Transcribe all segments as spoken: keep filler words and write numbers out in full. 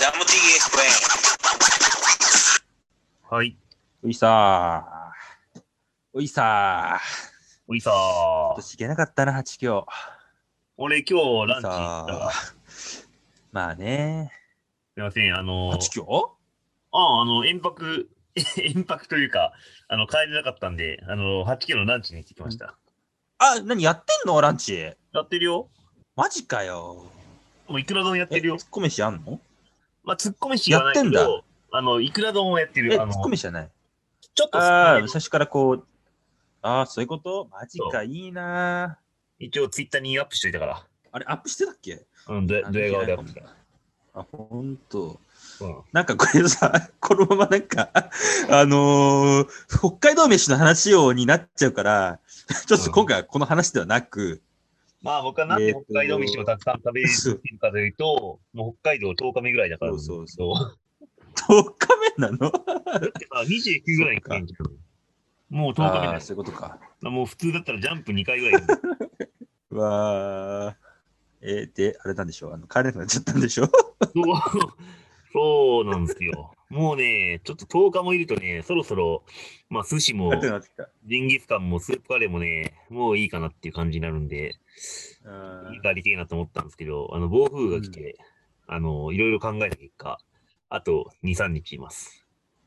Damos sigue explain. はい。 ういさー。ういさー。 おいさー。 今年行けなかったな、はちきょう。 俺今日ランチ行ったわ。 まあね。 すいません、あのー、 はちきょうああ、あの、遠泊、遠泊というか、あの、帰れなかったんで、あの、はちキロのランチに行ってきました。 あ、何やってんのランチ。 やってるよ。 マジかよ。 もういくら丼やってるよ。 ツッコ飯あんの？ まあ、ツッコ飯はないけど、 やってんだ。 あの、いくら丼をやってる。 え、 あのツッコ飯じゃない。 ちょっとああ、最初からこう、ああ、そういうことマジか、 そういいな。 一応ツイッターにアップしといたから。 あれ、アップしてたっけ？ うん、ドドヤ顔でアップした。 あ、ほんと。 うん、 なんかこれさ、このままなんか、あのー、北海道飯の話をになっちゃうから、ちょっと今回はこの話ではなく、 うん、まあ僕はなんで北海道飯をたくさん食べるかというと、もう北海道とおかめぐらいだから。 そうそうそう。とおかめなの？ だってさ、にじゅうきゅうぐらいに来るんじゃん。もうとおかめだよ。 そういうことか。 もう普通だったらジャンプにかいぐらい。 わー。えー、で、あれなんでしょうあの帰れなくなっちゃったんでしょそうそうなんですよ。もうね、ちょっととおかもいるとね、そろそろ、まあ寿司も、ジンギスカンもスープカレーもね、もういいかなっていう感じになるんで、いいかりてえなと思ったんですけど、あの、暴風が来て、うん、あの、いろいろ考えた結果、あとに、さんにちいます。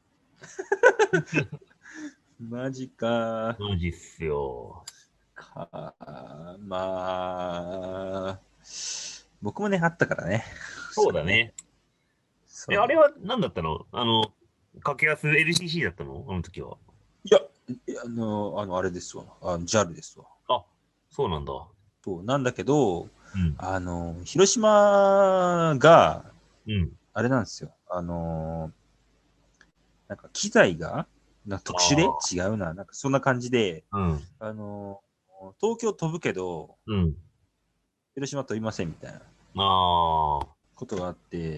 マジか。 マジっすよ。 かまあ、僕もね、あったからね。 そうだね。え、あれは何だったの？あの、格安 エルシーシー だったの？あの時は。 いや、あの、あの、あれですわ。あの ジャル ですわ。 あ、そうなんだ。 そう、なんだけど、 うん、 あの、広島が、 うん、 あれなんですよ。あの、なんか機材が、なんか特殊で違うな。なんかそんな感じで、 うん、 あの、東京飛ぶけど、 うん、 広島飛びませんみたいなあことがあって、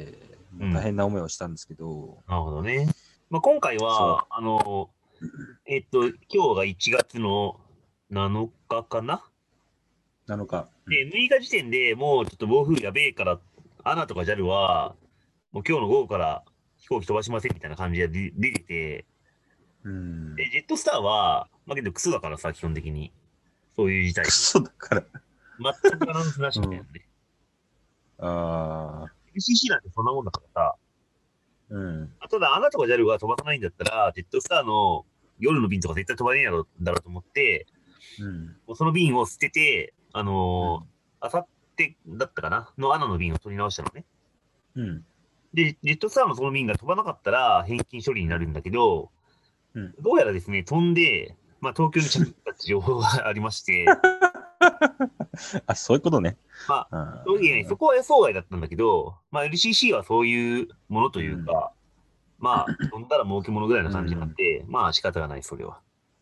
大変な思いをしたんですけど。 うん、なるほどね。まあ、今回は、あの、えっと、今日がいちがつのなのかかな ? なのか。 で、むいか時点でもうちょっと暴風やべえから、アナとか ジャル は、もう今日の午後から飛行機飛ばしませんみたいな感じで出出てて、 うん。 で、ジェットスターは、まあけどクソだからさ、基本的に。そういう事態。 クソだから。 全くアナウンスなしみたいなね。 うん、ああ。 エルシーシー なんてそんなもんだからさ。 うん。 ただ、アナとか ジャル が飛ばさないんだったら、ジェットスターの夜の便とか絶対飛ばねえやろだろうと思って、 うん、 もうその便を捨てて、あのー、あさってだったかなのアナの便を取り直したのね。 うん。 で、ジェットスターのその便が飛ばなかったら返金処理になるんだけど、 うん、 どうやらですね、飛んで、まあ、東京に着いたって情報がありまして、 あ、そういうことね。 まあ、正直ね、そこは予想外だったんだけど、まあ、エルシーシー はそういうものというか、うん、まあ、飛んだら儲けものぐらいの感じになって、うん、まあ、仕方がない、それは。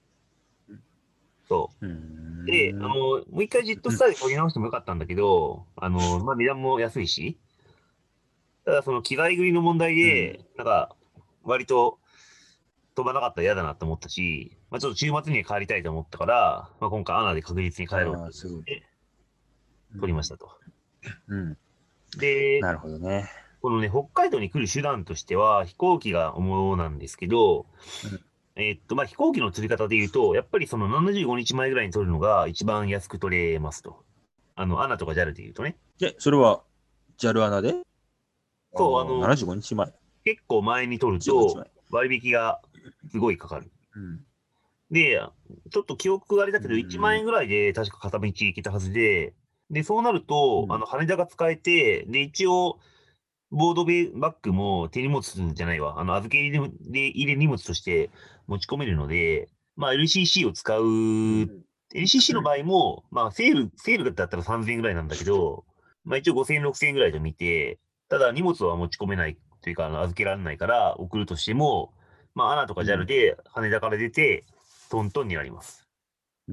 そう。で、あの、もう一回ジェットスターで取り直してもよかったんだけど、あの、まあ、値段も安いし、ただその機材繰りの問題で、なんか、割と飛ばなかったら嫌だなと思ったし、まあ、ちょっと週末には帰りたいと思ったから、まあ、今回アナで確実に帰ろうと思って取りましたと。 うん。 で、 なるほどね。 このね、北海道に来る手段としては、飛行機が主なんですけど、うん、えー、っと、まあ、飛行機の釣り方で言うと、やっぱりそのななじゅうごにちまえぐらいに取るのが一番安く取れますと。あの、アナとか ジャル で言うとね。 で、それは ジャル アナで？ そう、あの、 ななじゅうごにちまえ。 結構前に取ると、割引がすごいかかる。うん、で、ちょっと記憶あれだけど、いちまんえんぐらいで確か片道行けたはずで、で、そうなると、うん、あの、羽田が使えて、で、一応、ボードベバッグも手荷物じゃないわ。あの、預け入れで入れ荷物として持ち込めるので、まあ エルシーシー を使う、うん、エルシーシー の場合も、まあセール、セールだったらさんぜんえんぐらいなんだけど、まあ一応ごせんえん、ろくせんえんぐらいで見て、ただ荷物は持ち込めないというか、あの預けられないから送るとしても、まあアナとか ジャル で羽田から出て、トントンになります。 うん。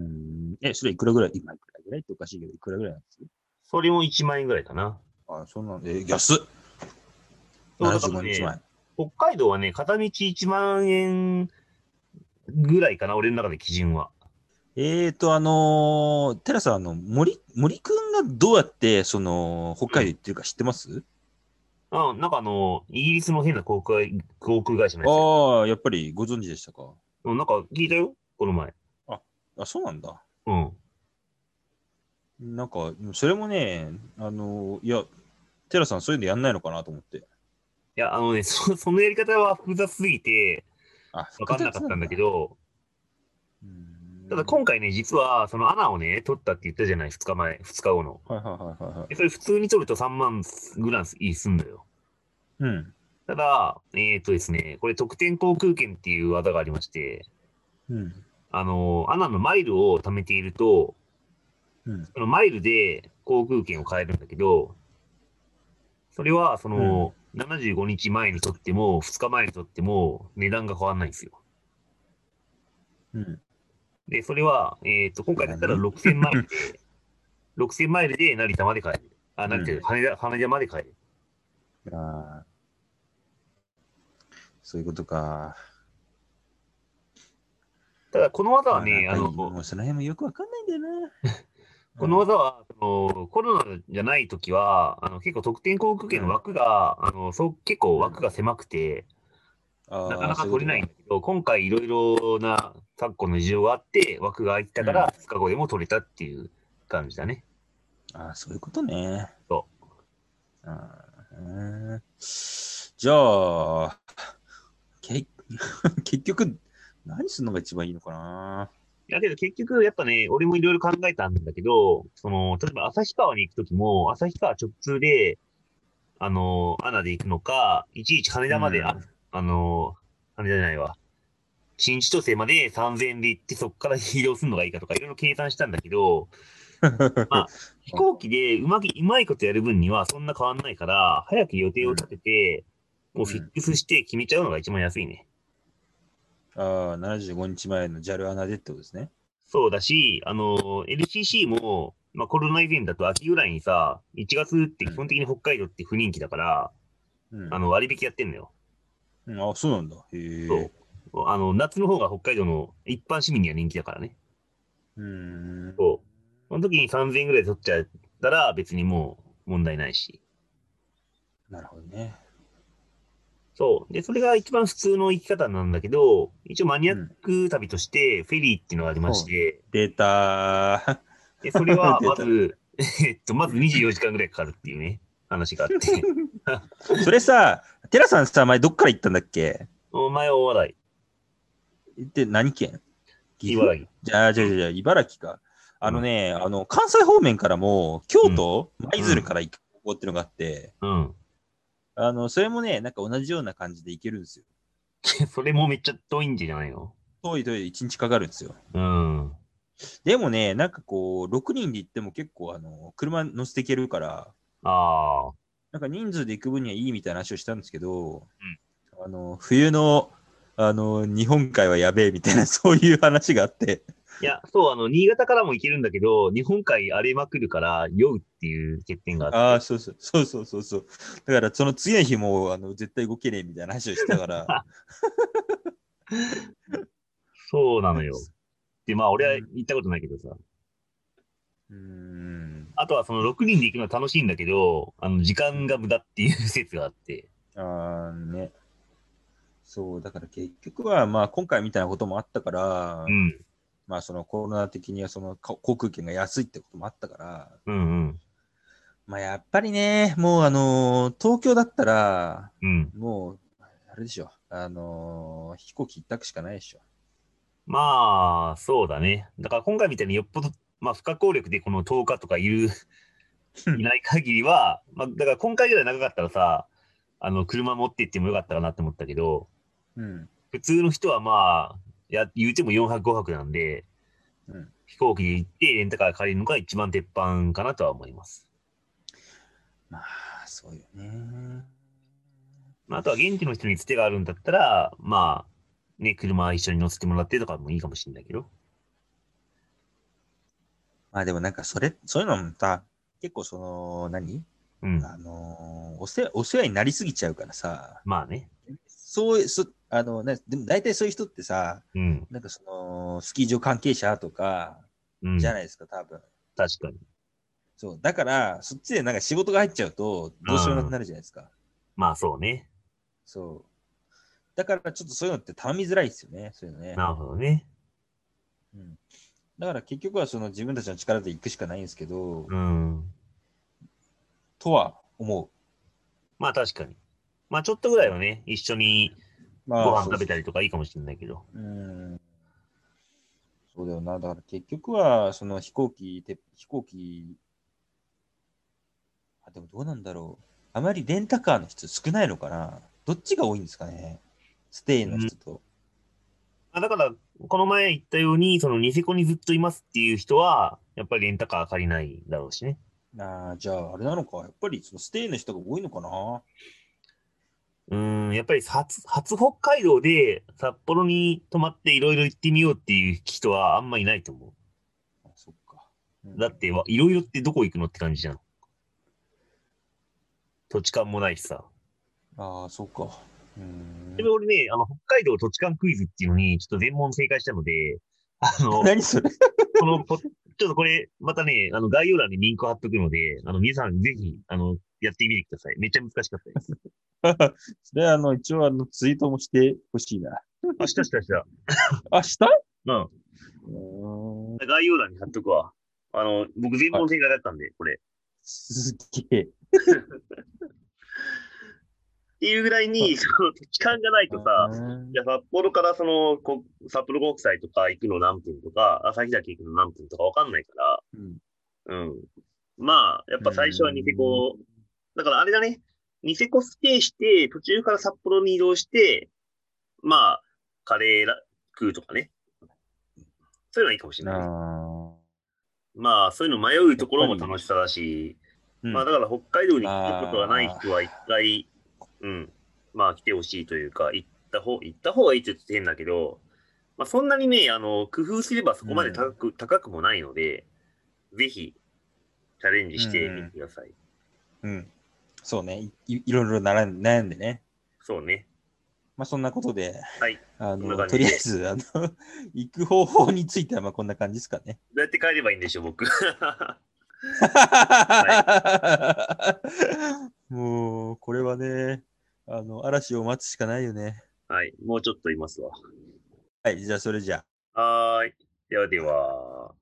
え、それいくらぐらい今いくらぐらいっておかしいけど、いくらぐらいなんです？ それもいちまんえんぐらいかな。 あ、そんなんで、安っ。ななじゅうごにちまえ。 北海道はね、片道いちまんえんぐらいかな、俺の中で基準は。 えーと、あのー、テラさん、あの、森、森くんがどうやって、その、北海道行ってるか知ってます？ あ、なんかあの、イギリスの変な航空、航空会社のやつや。 ああ、やっぱりご存知でしたか。 うん、なんか聞いたよ、この前。 あ、あ、そうなんだ。 うん。 なんか、それもね、あの、いや、テラさんそういうのやんないのかなと思って。 いや、あのね、そ、そのやり方は複雑すぎて、 あ、 わ複かんなかったんだけ雑なんだ。 ど、 うーただん。 今回ね、実は、そのアナをね、取ったって言ったじゃない、ふつかまえ、ふつかごの。 はいはいはいはいはい。 でそれ普通に取るとさんまんぐらいすんのよ。 うん。 ただ、えっとですね、これ特典航空券っていう技がありまして、 うん。 あの、アナのマイルを貯めていると、 うん。 そのマイルで航空券を買えるんだけど、それは、そうん。 の、ななじゅうごにちまえにとっても、ふつかまえにとっても、値段が変わらないんですよ。 うん。 で、それは、えっと、今回だったら何ろくせんマイルで、ろくせんマイルで成田まで帰る。あ、成田、 うん。 羽田、羽田まで帰る。 ああ、そういうことか。 ただ、この技はまあなんね、あかいい、 の、 もうその辺もよくわかんないんだよな。 この技は、その、コロナじゃないときは、あの、結構特典航空券のうん。 枠が、あの、そう、結構うん。 枠が狭くて、なかああ、 なか取れないんそういうことか。 だけど、今回いろいろな昨今の事情があって、枠が空いてたから、 うん。 ふつかごでも取れたっていう感じだね。 ああ、そういうことね。 そああ、うん。じゃあ、け、結局、何するのが一番いいのかな。 う。だけど結局、やっぱね、俺もいろいろ考えたんだけど、その、例えば旭川に行くときも、旭川直通で、あの、アナで行くのか、いちいち羽う田まで、あ、 ん。 あの、羽田じゃないわ。新千歳までさんぜんえんで行って、そこから移動するのがいいかとか、いろいろ計算したんだけど、まあ、飛行機でうまき、うまいことやる分にはそんな変わんないから、早く予定を立てて、もうフィッうん。 クスして決めちゃうのが一番安いね。 ああ、ななじゅうごにちまえの ジャル アナでってことですね。 そうだし、あの、エルシーシー も、まあコロナ以前だと秋ぐらいにさ、いちがつってうん。 基本的に北海道って不人気だから、 うん。 あの、割引やってんのよ。 うん、あ、そうなんだ。へえ。 そう。あの、夏の方が北海道の一般市民には人気だからね。 うーん。 そう。その時にさんぜんえんぐらい取っちゃったら別にもう問題ないし。 なるほどね。 そう。で、それが一番普通の生き方なんだけど、一応マニアッうん。 ク旅としてフェリーっていうのがありましほう。 て、 出たで、それは出た。 まず、えっと、まずにじゅうよじかんぐらいかかるっていうね、話があって。 それさ、テラさんさ、前どっから行ったんだっけ？ お前は大笑い。 で、何県？岐阜？ 茨城。 じゃあ、じゃあ、 うん。 じゃあ、茨城か。あうん。 のね、あの、関西方面からも、京うん。 都、舞うん。 鶴から行く方法っていうのがあって、 うん。 あの、それもね、なんか同じような感じで行けるんですよ。 それもめっちゃ遠いんじゃないの？ 遠い遠いいちにちかかるんですよ。 うん。 でもね、なんかこう、ろくにんで行っても結構、あの、車乗せていけるから、 ああ。 なんか人数で行く分にはいいみたいな話をしたんですけど、 うん。 あの、冬の、あの、日本海はやべえみたいな、そういう話があって、 いや、そう、あの、新潟からも行けるんだけど、日本海荒れまくるから酔うっていう欠点があっああ、 て。 そうそう、そうそうそうそう。だから、その次の日も、あの、絶対動けねえみたいな話をしてたから、 そうなのよ。で、まあ、俺はうん、 行ったことないけどさ。 うーん、 あとはそのろくにんで行くのは楽しいんだけど、あの、時間が無駄っていう説があって。 ああ、ね。そう、だから結局は、まあ、今回みたいなこともあったから、 うん。 まあ、そのコロナ的には、そのか航空券が安いってこともあったから、 うんうん。 まあ、やっぱりね、もう、あのー東京だったら、 うん。 もう、あれでしょ、あのー飛行機一択しかないでしょ。 まあ、そうだね。だから今回みたいによっぽど、まあ、不可抗力でこのとおかとかいる、いない限りは、まあ、だから今回ぐらい長かったらさ、あの、車持って行ってもよかったかなって思ったけど、 うん、 普通の人はまあ、や、言うてもよんはくごはくなんで、 うん。 飛行機で行ってレンタカー借りるのが一番鉄板かなとは思います。 まあ、そうよね。 まあ、あとは現地の人につてがあるんだったら、まあ、ね、車一緒に乗せてもらってとかもいいかもしれないけど。 まあでもなんかそれ、そういうのもさ、結構その、何うん。 あのーお世、お世話になりすぎちゃうからさ、 まあね。 そういう、そあのね、でも大体そういう人ってさ、 うん。 なんかその、スキー場関係者とか、 うん。 じゃないですか、多分。 確かに。 そう。だから、そっちでなんか仕事が入っちゃうと、 うどうしようもなくん。 なるじゃないですか。 まあそうね。 そう。だからちょっとそういうのって頼みづらいですよね。そういうのね。 なるほどね。 うん。だから結局はその自分たちの力で行くしかないんですけど、 うん。 とは思まあ確かに。まあちょっとぐらいう。 はね、一緒にまあ、 ご飯食べそうそうそたりとかいいかもしれないけど。 う。うん。そうだよな。だから結局は、その飛行機、て飛行機、あ、でもどうなんだろう。あまりレンタカーの人少ないのかな。どっちが多いんですかね。ステイのうん。 人と。 まあだから、この前言ったように、そのニセコにずっといますっていう人は、やっぱりレンタカー借りないだろうしね。 ああ、じゃあ、あれなのか。やっぱりそのステイの人が多いのかな。 うん、やっぱり初、初北海道で札幌に泊まっていろいろ行ってみようっていう人はあんまいないと思あ、そっか。うう。だっん。 て、わいろいろってどこ行くのって感じじゃん。土地勘もないしさ。 ああ、そっか。うーん。 でも俺ね、あの、北海道土地勘クイズっていうのに、ちょっと全問正解したので、あの、 何それ。 このポ、ちょっとこれ、またね、あの、概要欄にリンク貼っとくので、あの、皆さんぜひ、あの、やってみてください。めっちゃ難しかったです。 それはあの、一応あの、ツイートもしてほしいな。 あ、したしたした。 あ、したうん。 うーん。 概要欄に貼っとくわ。あの、僕全はい。 問正解だったんで、これ。 すげえ。 っていうぐらいに、その土地勘がないとうさ、いや、 ーん。 札幌からその、こ札幌国際とか行くの何分とか、旭岳行くの何分とかわかんないかうん。 ら、うん。まあ、やっうぱ最初はニセーん。 コ、だからあれだね、ニセコステイして、途中から札幌に移動して、まあ、カレーら食うとかね。そういうのはいいかもしれないね。 ああ、 まあ、そういうの迷うところもやっぱり、 楽しさだし、まあ、 うん。 だから北海道に来たことがないま人は一あ、 回、うん、まあ来てほしいというか、行った方、行った方がいいって言って変だけど、まあそんなにね、あの、工夫すればそこまで高うん。 く、高くもないので、ぜひチャレンジうんしてみてうんください。 うん。そうね。い、いいろいろ悩ん悩んでね。 そうね。 まあそんなことで、 はい。こんなあの、と感じで。 りあえず、あの、行く方法についてはまあこんな感じですかね。 どうやって帰ればいいんでしょう、僕。はい。 もう、これはね、あの、嵐を待つしかないよね。 はい。もうちょっといますわ。 はい、じゃあそれじゃあ。 はーい。ではでは。